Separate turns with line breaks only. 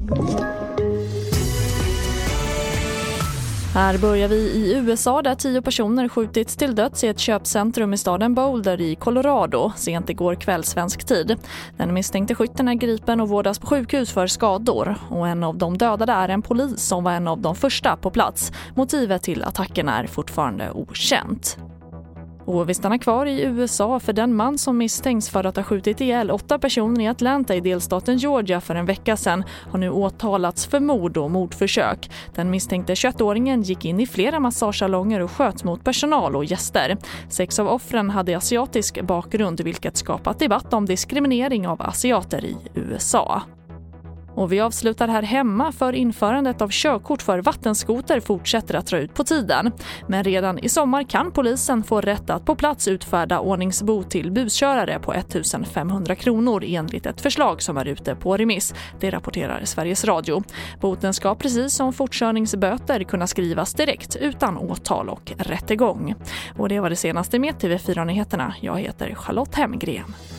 Här börjar vi i USA där 10 personer skjutits till döds i ett köpcentrum i staden Boulder i Colorado sent igår kväll svensk tid. Den misstänkte skytten är gripen och vårdas på sjukhus för skador. Och en av de dödade är en polis som var en av de första på plats. Motivet till attacken är fortfarande okänt. Och vi stannar kvar i USA för den man som misstänks för att ha skjutit ihjäl 8 personer i Atlanta i delstaten Georgia för en vecka sedan har nu åtalats för mord och mordförsök. Den misstänkte 21-åringen gick in i flera massagesalonger och sköt mot personal och gäster. 6 av offren hade asiatisk bakgrund, vilket skapat debatt om diskriminering av asiater i USA. Och vi avslutar här hemma för införandet av körkort för vattenskoter fortsätter att dra ut på tiden. Men redan i sommar kan polisen få rätt att på plats utfärda ordningsbot till buskörare på 1500 kronor enligt ett förslag som är ute på remiss. Det rapporterar Sveriges Radio. Boten ska precis som fortkörningsböter kunna skrivas direkt utan åtal och rättegång. Och det var det senaste med TV4-nyheterna. Jag heter Charlotte Hemgren.